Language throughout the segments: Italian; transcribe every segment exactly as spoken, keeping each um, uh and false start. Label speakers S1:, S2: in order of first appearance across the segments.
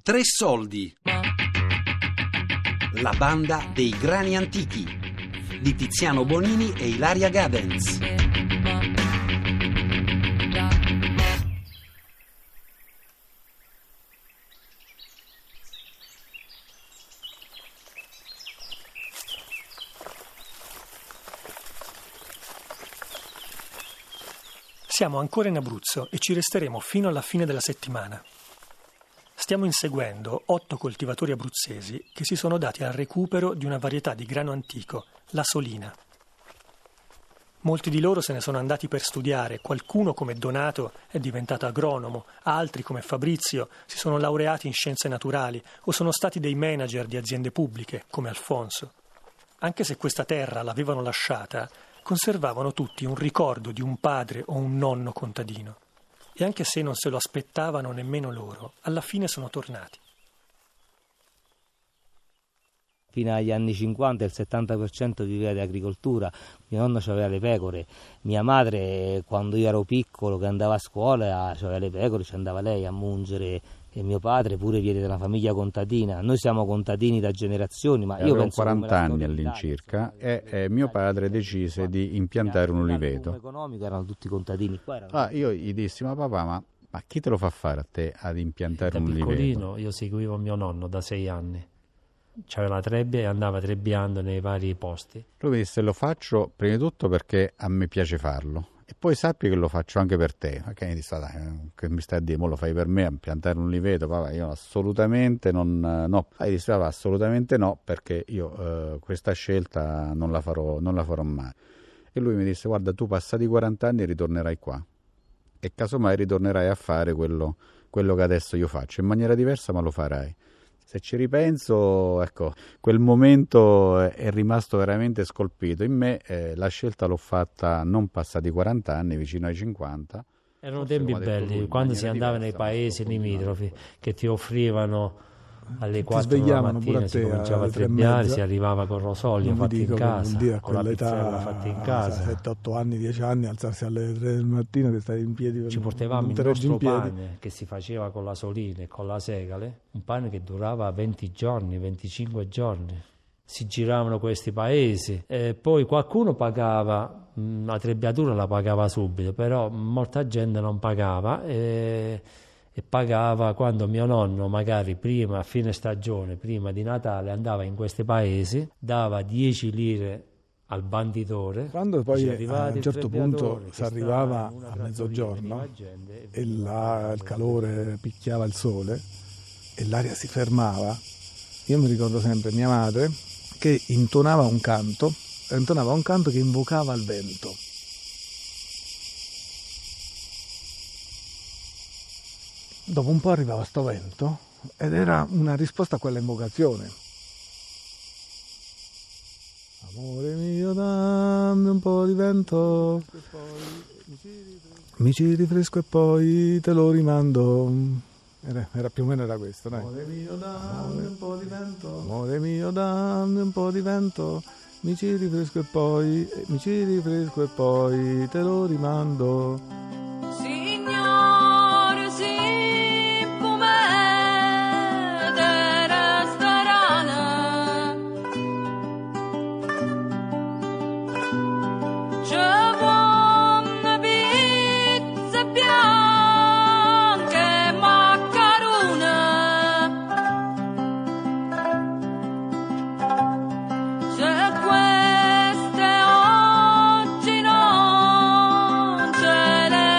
S1: Tre soldi. La banda dei grani antichi di Tiziano Bonini e Ilaria Gadens.
S2: Siamo ancora in Abruzzo e ci resteremo fino alla fine della settimana. Stiamo inseguendo otto coltivatori abruzzesi che si sono dati al recupero di una varietà di grano antico, la solina. Molti di loro se ne sono andati per studiare, qualcuno come Donato è diventato agronomo, altri come Fabrizio si sono laureati in scienze naturali o sono stati dei manager di aziende pubbliche come Alfonso. Anche se questa terra l'avevano lasciata, conservavano tutti un ricordo di un padre o un nonno contadino. E anche se non se lo aspettavano nemmeno loro, alla fine sono tornati.
S3: Fino agli anni cinquanta il settanta per cento viveva di agricoltura, mio nonno aveva le pecore, mia madre quando io ero piccolo che andava a scuola aveva le pecore, ci andava lei a mungere, e mio padre pure viene da una famiglia contadina. Noi siamo contadini da generazioni, ma io
S4: avevo
S3: penso
S4: quaranta anni all'incirca e eh, mio padre decise di impiantare un uliveto.
S3: Economico erano tutti contadini. Qua erano...
S4: Ah, io gli dissi: ma papà, ma, ma chi te lo fa fare a te ad impiantare
S5: da
S4: un uliveto? Da
S5: piccolino io seguivo mio nonno da sei anni. C'aveva la trebbia e andava trebbiando nei vari posti.
S4: Lui mi disse: lo faccio prima di tutto perché a me piace farlo. E poi sappi che lo faccio anche per te. Ok, mi disse: dai, che mi stai a dire, mo lo fai per me a piantare un uliveto? Papà, io assolutamente non, no. Ah, io disse: papà, assolutamente no, perché io eh, questa scelta non la farò, non la farò mai. E lui mi disse: guarda, tu passati quaranta anni ritornerai qua e casomai ritornerai a fare quello, quello che adesso io faccio, in maniera diversa, ma lo farai. Se ci ripenso, ecco, quel momento è rimasto veramente scolpito in me. Eh, la scelta l'ho fatta non passati quaranta anni, vicino ai cinquanta.
S5: Erano tempi belli, lui, quando si andava nei paesi limitrofi che ti offrivano alle quattro della mattina, si cominciava a trebbiare, si arrivava con rosolio fatti in casa, con la pizzella fatta in casa.
S6: sette otto anni, dieci anni, alzarsi alle tre del mattino che stai in piedi.
S5: Ci portavamo il nostro pane che si faceva con la solina e con la segale, un pane che durava venti giorni, venticinque giorni. Si giravano questi paesi e poi qualcuno pagava, la trebbiatura la pagava subito, però molta gente non pagava e... e pagava quando mio nonno magari prima, a fine stagione, prima di Natale, andava in questi paesi, dava dieci lire al banditore.
S6: Quando poi a un certo punto si arrivava a mezzogiorno e là il calore picchiava il sole e l'aria si fermava, io mi ricordo sempre mia madre che intonava un canto, intonava un canto che invocava il vento. Dopo un po' arrivava sto vento ed era una risposta a quella invocazione. Amore mio, dammi un po' di vento, mi ci rifresco e poi te lo rimando. Era, era più o meno era questo, dai. Amore mio, dammi un po' di vento, amore mio, dammi un po' di vento, mi ci rifresco e poi, mi ci rifresco e poi te lo rimando.
S7: Queste oggi non ce le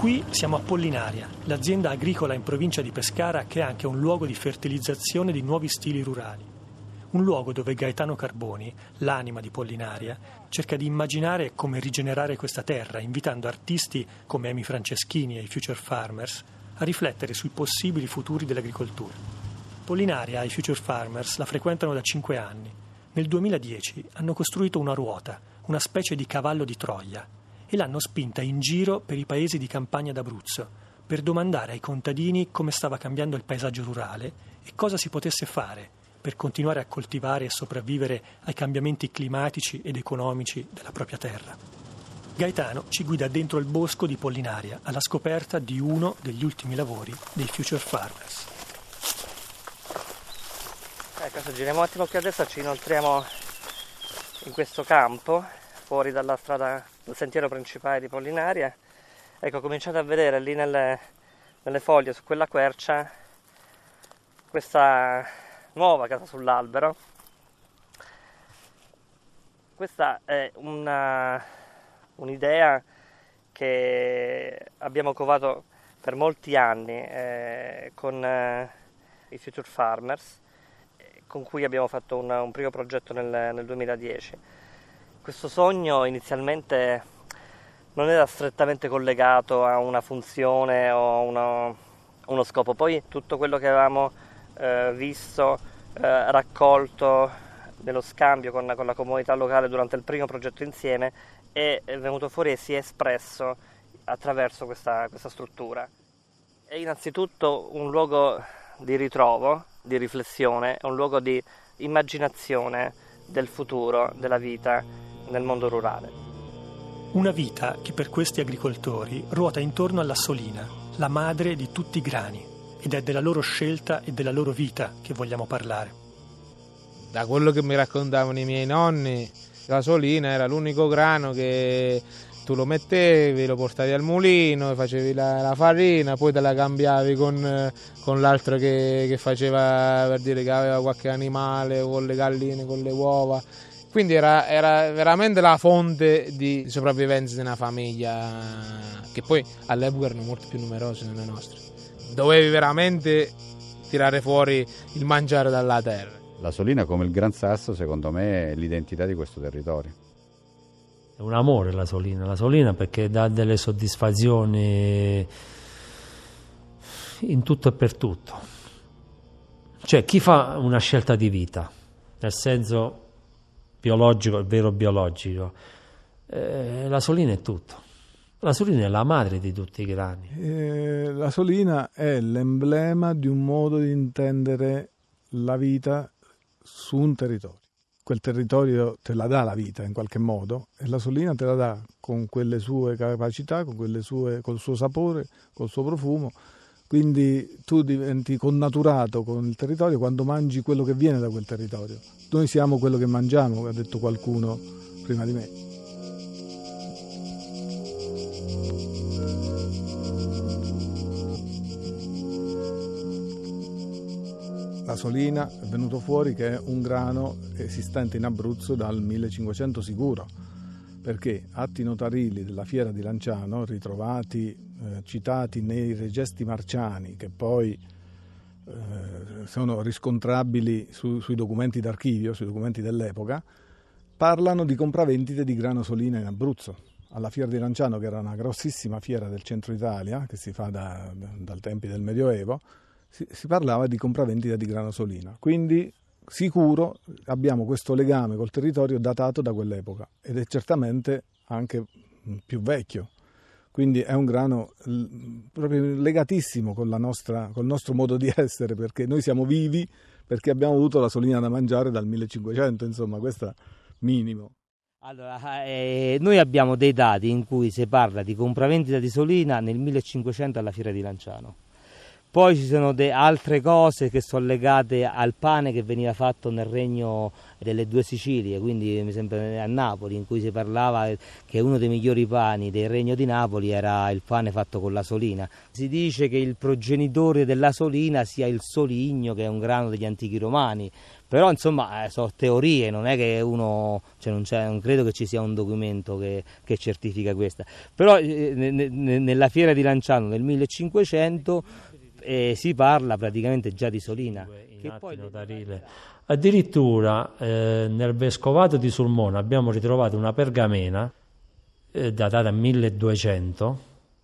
S2: Qui siamo a Pollinaria, l'azienda agricola in provincia di Pescara che è anche un luogo di fertilizzazione di nuovi stili rurali. Un luogo dove Gaetano Carboni, l'anima di Pollinaria, cerca di immaginare come rigenerare questa terra, invitando artisti come Emi Franceschini e i Future Farmers a riflettere sui possibili futuri dell'agricoltura. Pollinaria e i Future Farmers la frequentano da cinque anni. Nel duemiladieci hanno costruito una ruota, una specie di cavallo di Troia, e l'hanno spinta in giro per i paesi di campagna d'Abruzzo per domandare ai contadini come stava cambiando il paesaggio rurale e cosa si potesse fare per continuare a coltivare e sopravvivere ai cambiamenti climatici ed economici della propria terra. Gaetano ci guida dentro il bosco di Pollinaria alla scoperta di uno degli ultimi lavori dei Future Farmers.
S7: Ecco, se giriamo un attimo qui a destra ci inoltriamo in questo campo, fuori dalla strada, dal sentiero principale di Pollinaria. Ecco, cominciate a vedere lì nelle, nelle foglie, su quella quercia, questa nuova casa sull'albero. Questa è una, un'idea che abbiamo covato per molti anni eh, con eh, i Future Farmers, con cui abbiamo fatto un, un primo progetto nel, nel duemiladieci. Questo sogno inizialmente non era strettamente collegato a una funzione o uno, uno scopo, poi tutto quello che avevamo Eh, visto, eh, raccolto nello scambio con, con la comunità locale durante il primo progetto insieme è, è venuto fuori e si è espresso attraverso questa, questa struttura. È innanzitutto un luogo di ritrovo, di riflessione, è un luogo di immaginazione del futuro, della vita nel mondo rurale.
S2: Una vita che per questi agricoltori ruota intorno alla solina, la madre di tutti i grani. Ed è della loro scelta e della loro vita che vogliamo parlare.
S8: Da quello che mi raccontavano i miei nonni, la solina era l'unico grano che tu lo mettevi, lo portavi al mulino, facevi la, la farina, poi te la cambiavi con, con l'altro che, che faceva, per dire che aveva qualche animale, con le galline, con le uova. Quindi era, era veramente la fonte di sopravvivenza di una famiglia, che poi all'epoca erano molto più numerose delle nostre. Dovevi veramente tirare fuori il mangiare dalla terra.
S4: La solina, come il Gran Sasso, secondo me è l'identità di questo territorio.
S5: È un amore la solina, la solina perché dà delle soddisfazioni in tutto e per tutto. Cioè chi fa una scelta di vita, nel senso biologico, il vero biologico, eh, la solina è tutto. La solina è la madre di tutti i grani.
S6: Eh, la solina è l'emblema di un modo di intendere la vita su un territorio. Quel territorio te la dà la vita in qualche modo e la solina te la dà con quelle sue capacità, con quelle sue, col suo sapore, col suo profumo. Quindi tu diventi connaturato con il territorio quando mangi quello che viene da quel territorio. Noi siamo quello che mangiamo, ha detto qualcuno prima di me. La solina è venuto fuori che è un grano esistente in Abruzzo dal millecinquecento sicuro, perché atti notarili della fiera di Lanciano, ritrovati, eh, citati nei regesti marciani, che poi eh, sono riscontrabili su, sui documenti d'archivio, sui documenti dell'epoca, parlano di compravendite di grano solina in Abruzzo. Alla fiera di Lanciano, che era una grossissima fiera del centro Italia, che si fa da, dal tempi del Medioevo, si, si parlava di compravendita di grano solina. Quindi sicuro abbiamo questo legame col territorio datato da quell'epoca ed è certamente anche più vecchio. Quindi è un grano proprio legatissimo con la nostra, col nostro modo di essere, perché noi siamo vivi perché abbiamo avuto la solina da mangiare dal millecinquecento, insomma, questo è minimo.
S3: Allora, eh, noi abbiamo dei dati in cui si parla di compravendita di solina nel millecinquecento alla fiera di Lanciano. Poi ci sono de- altre cose che sono legate al pane che veniva fatto nel regno delle due Sicilie, quindi mi sembra a Napoli, in cui si parlava che uno dei migliori pani del regno di Napoli era il pane fatto con la solina. Si dice che il progenitore della solina sia il soligno, che è un grano degli antichi romani, però insomma sono teorie, non è che uno, cioè non, c'è, non credo che ci sia un documento che, che certifica questa. Però eh, ne, ne, nella fiera di Lanciano nel millecinquecento eh, si parla praticamente già di solina. Che poi...
S5: Addirittura eh, nel vescovato di Sulmona abbiamo ritrovato una pergamena eh, datata milleduecento,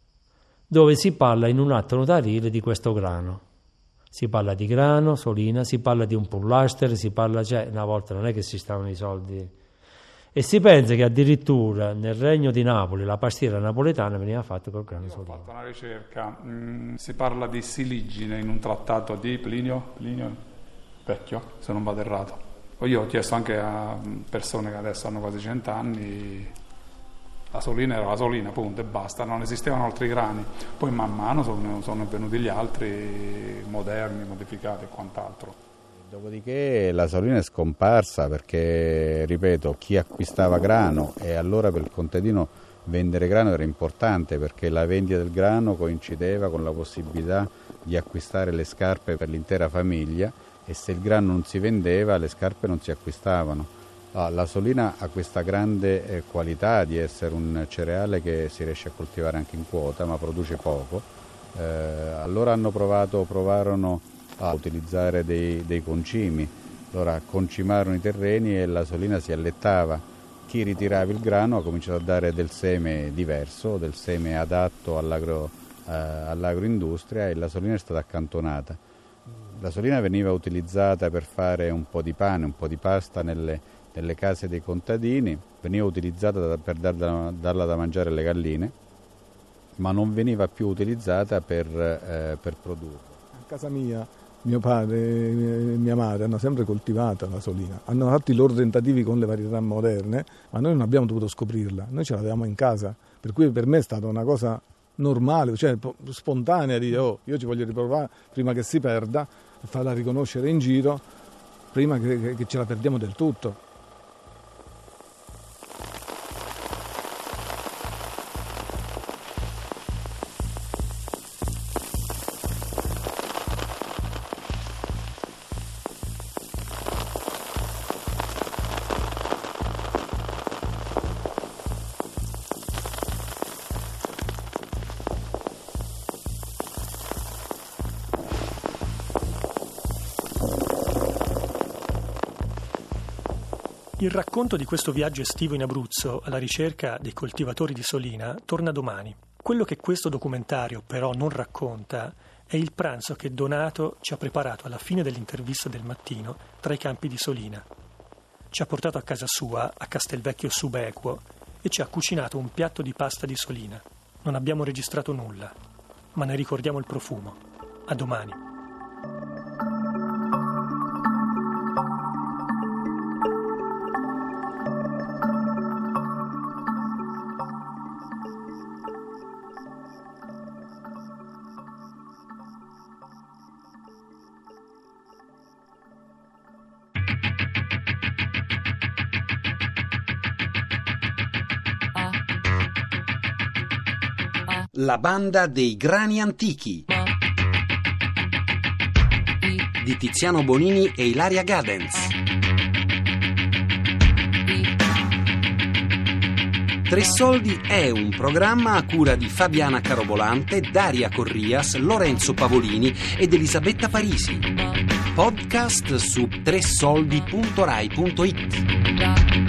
S5: dove si parla in un atto notarile di questo grano. Si parla di grano, solina, si parla di un pullaster, si parla, cioè una volta non è che si stavano i soldi, e si pensa che addirittura nel regno di Napoli la pastiera napoletana veniva fatta col grano solina.
S9: Ho fatto una ricerca, mm, si parla di siligine in un trattato di Plinio, Plinio Vecchio, se non vado errato. Poi io ho chiesto anche a persone che adesso hanno quasi cent'anni, la solina era la solina, punto, e basta, non esistevano altri grani. Poi man mano sono, sono venuti gli altri moderni, modificati e quant'altro.
S4: Dopodiché la solina è scomparsa perché, ripeto, chi acquistava grano, e allora per il contadino vendere grano era importante perché la vendita del grano coincideva con la possibilità di acquistare le scarpe per l'intera famiglia, e se il grano non si vendeva le scarpe non si acquistavano. La solina ha questa grande qualità di essere un cereale che si riesce a coltivare anche in quota, ma produce poco. Eh, allora hanno provato, provarono a utilizzare dei, dei concimi, allora concimarono i terreni e la solina si allettava. Chi ritirava il grano ha cominciato a dare del seme diverso, del seme adatto all'agro, eh, all'agroindustria, e la solina è stata accantonata. La solina veniva utilizzata per fare un po' di pane, un po' di pasta nelle, nelle case dei contadini, veniva utilizzata da, per darla, darla da mangiare alle galline, ma non veniva più utilizzata per, eh, per produrre.
S6: A casa mia, mio padre e mia madre hanno sempre coltivato la solina, hanno fatto i loro tentativi con le varietà moderne, ma noi non abbiamo dovuto scoprirla, noi ce l'avevamo in casa, per cui per me è stata una cosa normale, cioè spontanea, di oh, io ci voglio riprovare prima che si perda, e farla riconoscere in giro prima che, che ce la perdiamo del tutto.
S2: Il racconto di questo viaggio estivo in Abruzzo alla ricerca dei coltivatori di solina torna domani. Quello che questo documentario però non racconta è il pranzo che Donato ci ha preparato alla fine dell'intervista del mattino tra i campi di solina. Ci ha portato a casa sua, a Castelvecchio Subequo, e ci ha cucinato un piatto di pasta di solina. Non abbiamo registrato nulla, ma ne ricordiamo il profumo. A domani.
S1: La banda dei grani antichi di Tiziano Bonini e Ilaria Gadens. Tre Soldi è un programma a cura di Fabiana Carobolante, Daria Corrias, Lorenzo Pavolini ed Elisabetta Parisi. Podcast su tre soldi punto rai punto it.